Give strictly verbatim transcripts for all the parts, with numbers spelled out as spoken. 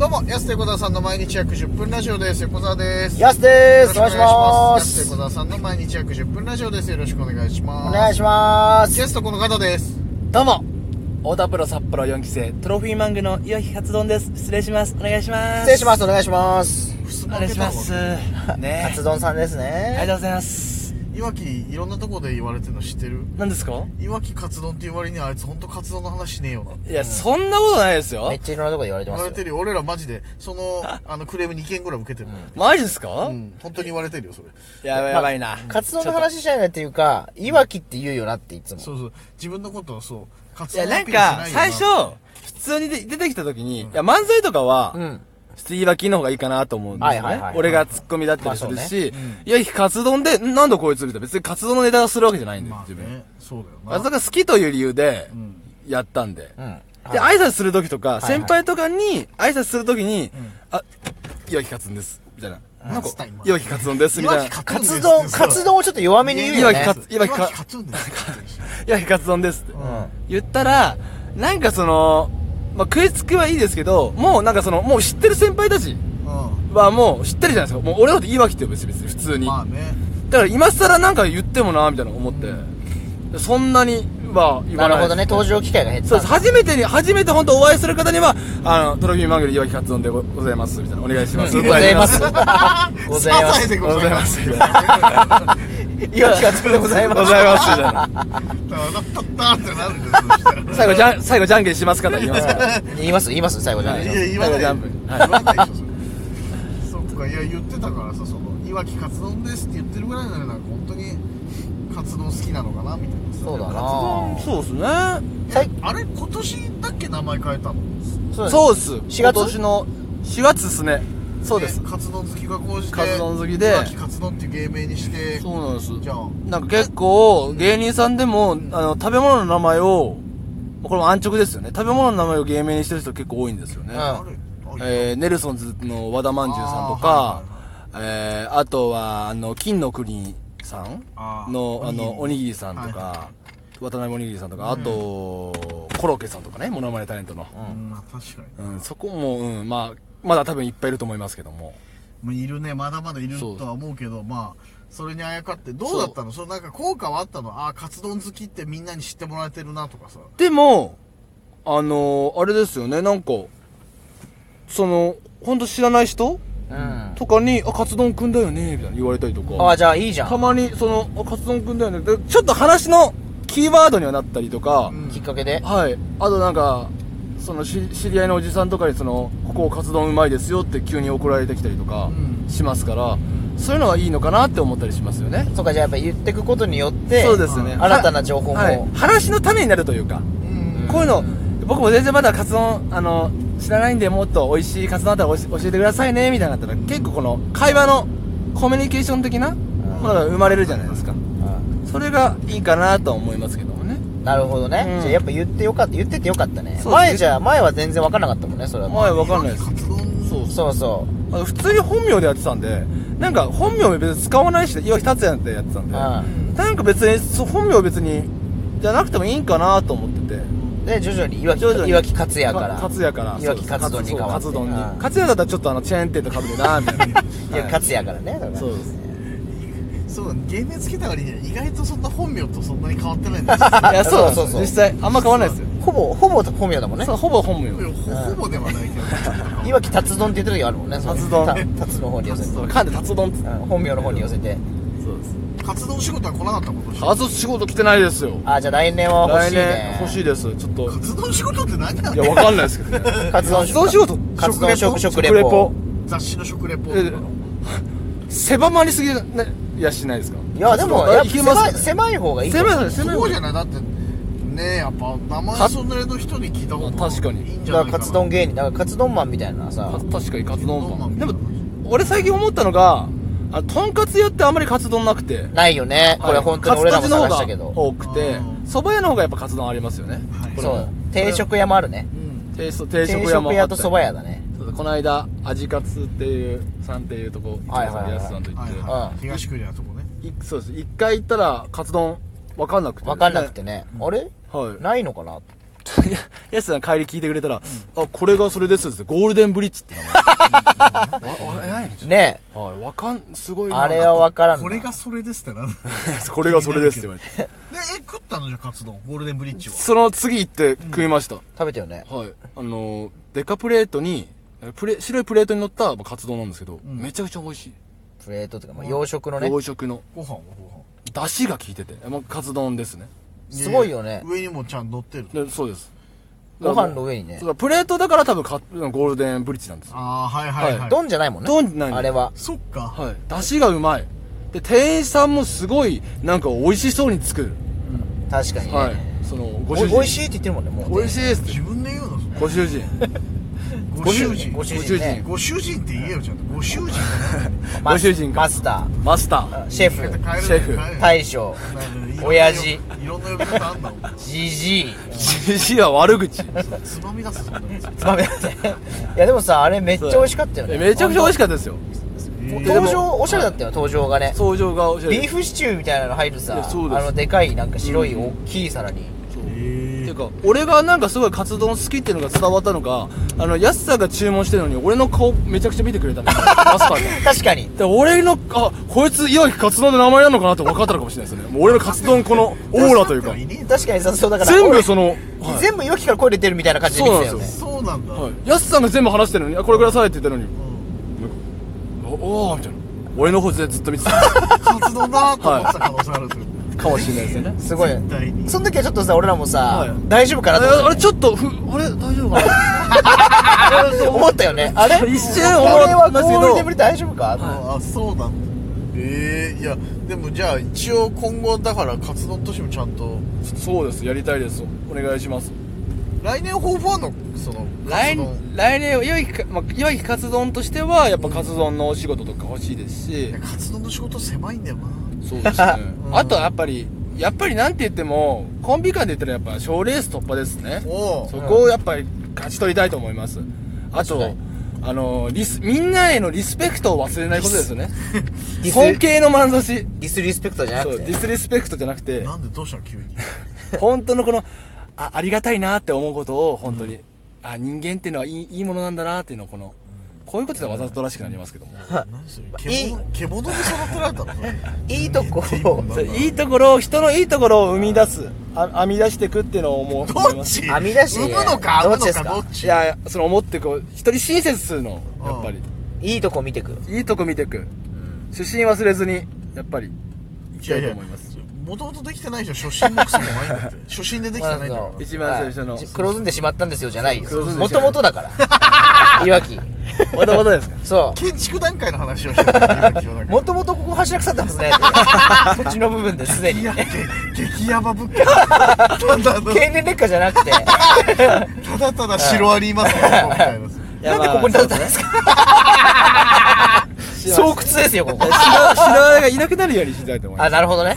うも、安手小沢さんの毎日約じゅっぷんラジオです。横澤です。 安です。お願いします。 安手小沢さんの毎日約じゅっぷんラジオです。よろしくお願いします。 お願いします。 ゲストこの方です。 どうも、太田プロ札幌よんきせいトロフィーマングの岩木勝丼です。失礼します。お願いします。 失礼します。お願いします。 お願いします。ね、 カツ丼さんですね。 ありがとうございます。 いわきいろんなとこで言われてるの知ってる？ 何ですか？ いわきカツ丼っていう割にあいつほんとカツ丼の話しねえよな。 いや、うん、そんなことないですよ。 めっちゃいろんなとこで言われてますよ。 言われてるよ。俺らマジでそのあのクレームにけんぐらい受けてる、うん、 マジですか？ うん本当に言われてるよそれ。 やばいやばいな、 まあ、カツ丼の話しないなっていうか、いわきって言うよなっていつも。 そうそう、自分のことをそうカツ丼のアピールしないよな。いや、なんか最初普通にで出てきた時に、うん、いや漫才とかは、うん普通いわきの方がいいかなと思うんですよね、はいはいはい、俺がツッコミだったりするし、まあねうん、いやカツ丼でなんでこいつみたいな別にカツ丼のネタをするわけじゃないんだよ、まあね、自分そうだよな。あそこが好きという理由でやったんで、うん、で挨拶する時とか、はいはい、先輩とかに挨拶する時に、うん、あいわきカツ丼ですみたいな、なんかいわきカツ丼ですみたいな、 カツ丼カツ丼をちょっと弱めに言うよね。 いわきカツ丼ですいわきカツ丼ですって、うん、言ったらなんかそのまあ、食いつきはいいですけど、もうなんかその、もう知ってる先輩たちはもう知ってるじゃないですか。もう俺だっていわきって呼ぶし、別に普通に。まあね。だから今更なんか言ってもな、みたいな思って、うん、そんなには言わない。 なるほどね、登場機会が減った。 そうです。初めてに、初めて本当お会いする方には、あの、トロフィーマングルいわきカツ丼でございます、みたいな。お願いします。 ございます。ございます。 ございます。 いわきカツ丼でございます。 ございます、みたいな。最後じゃん、最後じゃんけんしますから言いますから。 言います、言います、最後じゃんけん。 いや、言わない。言わないでしょ、それ。そっか、いや、言ってたからさ、その、いわきカツ丼ですって言ってるぐらいなら、なんか本当に、カツ丼好きなのかなみたいな。 そうだな。 そうですね。 あれ、今年だっけ名前変えたの？ そうです。しがつ今年のしがつですね。そうです。 カツ丼好きがこうして、 カツ丼好きで、 いわきカツ丼っていう芸名にして、 そうなんです。 じゃあ、 なんか結構芸人さんでもあの食べ物の名前を、これも安直ですよね。食べ物の名前を芸名にしてる人結構多いんですよね。うん、えー、ネルソンズの和田まんじゅうさんとか、あ,、はいはいはい、えー、あとはあの金の国さんのあのおにぎりさんとか、はいはい、渡辺おにぎりさんとか、うん、あとコロッケさんとかね、モノマネタレントの。 うん、まあ確かに。 うん、そこもうんまあ。まだ多分いっぱいいると思いますけども。 もういるね、まだまだいるとは思うけど、まあ、それにあやかって、どうだったの？そのなんか効果はあったの？ああ、カツ丼好きってみんなに知ってもらえてるなとかさ。 でも、あのー、あれですよね、なんか、その、ほんと知らない人、うん、とかに、あ、カツ丼くんだよね、みたいな言われたりとか。 あ、じゃあいいじゃん。 たまに、その、あ、カツ丼くんだよね。で、ちょっと話のキーワードにはなったりとか、 うん、きっかけで？ はい。あとなんか、その知り合いのおじさんとかにそのここカツ丼うまいですよって急に送られてきたりとかしますから、うん、そういうのはいいのかなって思ったりしますよね。 そうか、じゃあやっぱ言ってくことによってそうですね、 新たな情報も、はい、 話の種になるというか、うん、こういうの僕も全然まだカツ丼あの知らないんでもっと美味しいカツ丼あったら教えてくださいねみたいなのだったら結構この会話のコミュニケーション的なものが生まれるじゃないですか、うん、それがいいかなとは思いますけどもね。 なるほどね、うん、じゃあやっぱ言ってよかった、言っててよかったね。前じゃ前は全然分かんなかったもんね。それは前分かんないです。 そうそうそう、 あの普通に本名でやってたんで、なんか本名別に使わないし岩木達也ってやってたんで、うん、なんか別にそ本名別にじゃなくてもいいんかなと思ってて、 で徐々に岩木岩木勝也から勝也から岩木カツ丼に変わって、 カツ丼に勝也だったらちょっとあのチェーン店とかぶるなみたいな。いや勝也からね。 そうですね。 そう、芸名つけた割に意外とそんな本名とそんなに変わってないんですよ。 いや、そうそうそう、実際あんま変わらないですよ。 ほぼほぼ本名だもんね。 そう、ほぼ本名。 ほぼではないけど。 岩木達丼って言ってる時あるもんね。 達丼。 達の方に寄せて。 噛んで達丼って。 本名の方に寄せて。 そうです。カツ丼仕事は来なかったこと。 カツ丼仕事来てないですよ。 あ、じゃあ来年は欲しいね。 来年欲しいです。ちょっと。 カツ丼仕事って何なの？ いや、わかんないですけどね。 カツ丼仕事。 カツ丼食レポ。 雑誌の食レポ。 狭まりすぎいやしないですか？ いやでもやっぱ狭い方がいい。 狭い方が狭い方そうじゃない。だってね、やっぱ名前そんなの人に聞いた方が確かにいいんじゃないかな。 だからカツ丼芸人だからカツ丼マンみたいなさ。 確かにカツ丼マン。でも俺最近思ったのが、あ、とんかつ屋ってあんまりカツ丼なくて。 ないよね。これ本当に俺らも探したけど。 多くて、蕎麦屋の方がやっぱカツ丼ありますよね。 そう。定食屋もあるね。 定食屋も。 定食屋と蕎麦屋だね。 この間味カツっていうさんっていうとこ、 はいはいはい、安さんと行って、 はい、東栗のとこね。 そうです。一回行ったらカツ丼分かんなくて、 分かんなくてね、うん、あれ、 はい、 ないのかな。 やすさん帰り聞いてくれたら、あ、これがそれですってゴールデンブリッジって名前。 ねえ。はい、わかん、すごいな。 あれはわからん。 これがそれですってなんこれがそれですって言われて。で、 え、食ったのじゃカツ丼、ゴールデンブリッジは。 その次行って食いました。 食べたよね。 はい。あの、デカプレートに、プレ、白いプレートに乗ったカツ丼なんですけど、めちゃくちゃ美味しい。 プレートっていうか、洋食のね。 洋食の。 ご飯はご飯。 出汁が効いてて、もうカツ丼ですね。 すごいよね。 上にもちゃんと乗ってる。 でそうです。 ご飯の上にね。 プレートだから多分ゴールデンブリッジなんですよ。 ああ、はいはいはい。 丼じゃないもんね。 丼じゃない。 あれは。 そっか。 はい。出汁がうまい。で、店員さんもすごい、なんか美味しそうに作る。 確かにね。 はい。その、ご主人。 美味しいって言ってるもんね、もう。 美味しいですって。 自分で言うのご主人。 ご主人。 ご主人。 ご主人って言えよ、ちゃんと。ご主人だね。 ご主人か。 マスター。 マスター。 シェフ。 シェフ。 大将。親父。 いろんな呼び方あんだもん。 じじい。 じじいは悪口。 つまみ出すそんなやつ。 つまみ出す。いやでもさ、あれめっちゃ美味しかったよね。 めちゃくちゃ美味しかったですよ。 登場、おしゃれだったよ、登場がね。 登場がおしゃれ。 ビーフシチューみたいなの入るさ、あのでかいなんか白い大きい皿に。 ていうか、俺がなんかすごいカツ丼好きっていうのが伝わったのが、あの、安さが注文してるのに、俺の顔めちゃくちゃ見てくれたの。マスターが。確かに。 で、俺の、あ、こいつ、岩木カツ丼で名前なのかなって分かったのかもしれないですよね。もう俺のカツ丼このオーラというか。 確かにさ、そうだから。 全部その、 全部岩木から声出てるみたいな感じで見てたよね。 そうなんだ。 はい。安さんが全部話してるのに、あ、これくださいって言ったのに、おーみたいな。俺の方でずっと見てた。 カツ丼だーと思ってた可能性あるってこと。 かもしれないですよね。 すごい。その時はちょっとさ、俺らもさ、大丈夫かなと思って。 あれちょっと、ふ、あれ大丈夫かな思ったよね。あれ一瞬思ったんですけど。 ゴールデンブリ大丈夫かあ、そうなんだ。ええ、いや、でもじゃあ一応今後だからカツ丼としてもちゃんと。 そうです、やりたいです。お願いします。 来年抱負あんのその、 来年、来年、岩木か、まあ、岩木カツ丼としては、やっぱカツ丼のお仕事とか欲しいですし。 カツ丼の仕事狭いんだよな。 そうですね。あとはやっぱり、やっぱりなんて言っても、コンビ間で言ったらやっぱ賞レース突破ですね。そこをやっぱり勝ち取りたいと思います。あと、あの、リス、みんなへのリスペクトを忘れないことですよね。尊敬の眼差し。 ディスリスペクトじゃなくて。 そう、ディスリスペクトじゃなくて。 なんでどうしたの急に。 本当のこの、あ、ありがたいなって思うことを、本当に、うん、あ、人間っていうのはいい、いいものなんだなっていうのを、この、こういうことでわざとらしくなりますけども。 何それいい、獣に育てられたのいいところ、 いいところを、人のいいところを生み出す、あ編み出していくっていうのを思う。 どっち編み出して。 生むのか編むのかどっちいやいや、その思ってこう、一人親切するの、やっぱり。 いいとこ見てく。 いいとこ見てく。初心忘れずに、やっぱり、いきたいと思います。 もともとできてない人初心のくせもないんだって。初心でできてないんだよ。 一番最初の。 黒ずんでしまったんですよじゃないよ。もともとだから。いわき。 もともとですかそう。 建築段階の話をしてる。 もともとここ柱腐ってますね。土地の部分ですでに。 激ヤバ物件。経年劣化じゃなくて。 ただただシロアリいますね。 なんでここに建ったんですか巣窟ですよ、ここ。 シロアリがいなくなるようにしないと思います。 あ、なるほどね。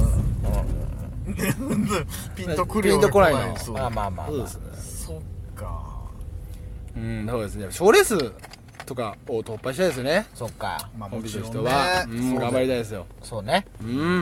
ピンとくるよ。ピンとこないの。 まあまあまあ。 そうですね。 そっか。 うん、そうですね。賞レースとかを突破したいですよね。 そっか。 まあもちろん人は、うん、頑張りたいですよ。 そうね。 うん。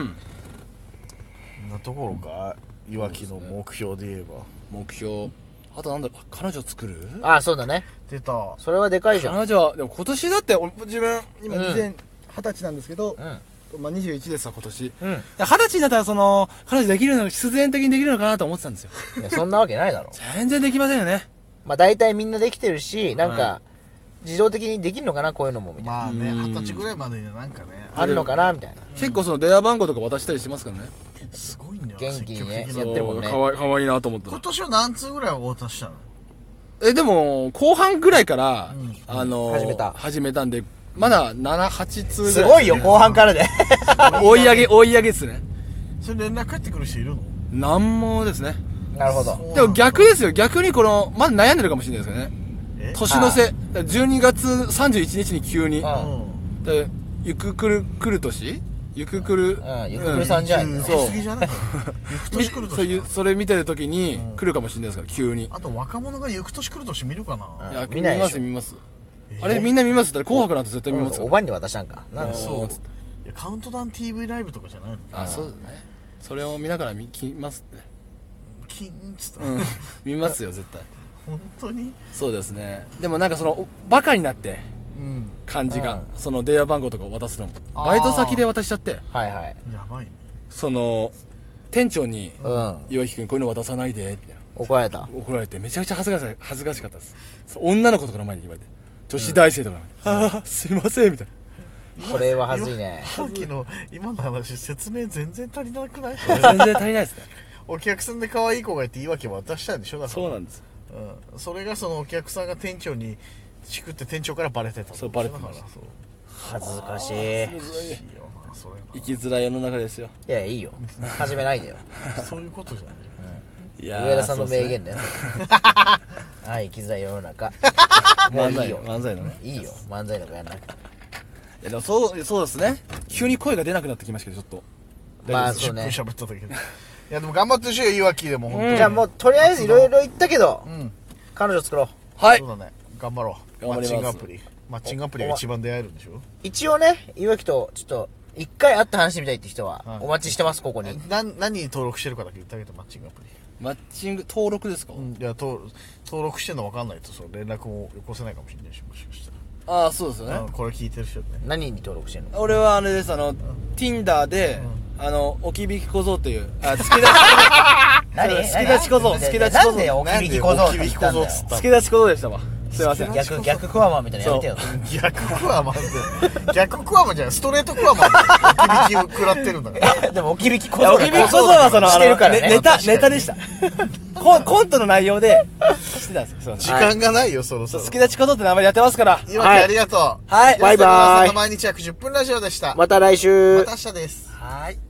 そんなところか、いわきの目標で言えば。 目標。あとなんだろう、彼女作る？ ああ、そうだね。 出た。 それはでかいじゃん。 彼女は、でも今年だって、自分、今にせんはたちなんですけど、うん、まあにじゅういちですわ、今年。うん。はたちになったら、その、彼女できるのが必然的にできるのかなと思ってたんですよ。 いや、そんなわけないだろ。 全然できませんよね。 まあ大体みんなできてるし、なんか、自動的にできるのかな、こういうのも、みたいな。 まあね、はたちぐらいまでになんかね。 あるのかな、みたいな。 結構その電話番号とか渡したりしますからね。 すごいんだよ。 元気にね、やってるもんね。 かわいい、かわいいなと思った。 今年は何通ぐらい渡したの？ え、でも、後半ぐらいから、うん、あのー、 始めた。 始めたんで、まだなな、はち通ぐらい。 すごいよ、後半からで。 追い上げ、追い上げですね。 それ連絡返ってくる人いるの？ なんもですね。 なるほど。 でも逆ですよ、逆にこの、まだ悩んでるかもしれないですよね。年の瀬、じゅうにがつさんじゅういちにちに急に、で、ゆくくる、来る年ゆくくる、 うん、ゆくくるさんじゃん。 そう。ゆく年来る年。 それ見てる時に来るかもしれないですから、急に。 あと若者がゆく年来る年見るかな？ いや、見ます、見ます。あれみんな見ますって紅白なんて絶対見ますよ。 おばんに渡したんか。 なんでそう。カウントダウン ティーブイ ライブとかじゃないの？ あ、そうですね。それを見ながら聞きますって。 キンっつった、 うん、見ますよ絶対。 本当にそうですね。でもなんかそのバカになって感じが、うん、その電話番号とか渡すのもバイト先で渡しちゃって、 はいはい、 やばいね。 その店長に「うん、岩城君こういうの渡さないで」って怒られた。 怒られてめちゃくちゃ恥ずかしい恥ずかしかったです。女の子とかの前に言われて、女子大生とかの前に、うん、ああすいませんみたいな。これは恥ずいね。 さっきの今の話説明全然足りなくない？ 全然足りないですね。 お客さんで可愛い子がいて言い訳渡したんでしょ。だからそうなんです、 うん、それがそのお客さんが店長にチクって店長からバレてた。 そうバレてました。 恥ずかしい。 生きづらい世の中ですよ。 いやいいよ、始めないでよ。 そういうことじゃない、 うん、いや上田さんの名言だよ。はい、生きづらい世の中。もういいよ漫才のね。 いいよ漫才のやんなくて。いやでもそうそうですね。急に声が出なくなってきましたけどちょっと。 まあそうね。 じゅっぷん喋っただけで。いやでも頑張ってほしいよいわきでも本当に、 うん、じゃあもうとりあえずいろいろ言ったけど、うん、彼女作ろう。 はい。 そうだね。頑張ろう。マッチングアプリ。マッチングアプリが一番出会えるんでしょ。 一応ね、いわきとちょっと一回会って話してみたいって人はお待ちしてます、ここに。 な何に登録してるかだけ言ってあげて。マッチングアプリ。 マッチング登録ですか？ うん、いや登登録してんの分かんないとそう連絡もよこせないかもしれないし、もしかしたら。 ああそうですよね。 これ聞いてる人ね。 何に登録してんの？ 俺はあれです、あの、うん、Tinder で、うん、あの置き引き小僧というあ好きだ何好き立ち小僧好き立ち小僧。 なんで置き引き小僧って言ったんだよ。 好き立ち小僧でしたわ。すいません。 逆逆クワマンみたいなやめてよ。 逆クワマンって逆クワマンじゃない、ストレートクワマン。置き引き食らってるんだから。 でも置き引き小僧。 置き引き小僧はそのあのネタネタでした。コンコントの内容でしてたんですよ。 時間がないよそろそろ。 好き立ち小僧って名前でやってますから。 いわきありがとう。 はい。 バイバイ。 毎日約じゅっぷんラジオでした。 また来週。 また明日です。 はい。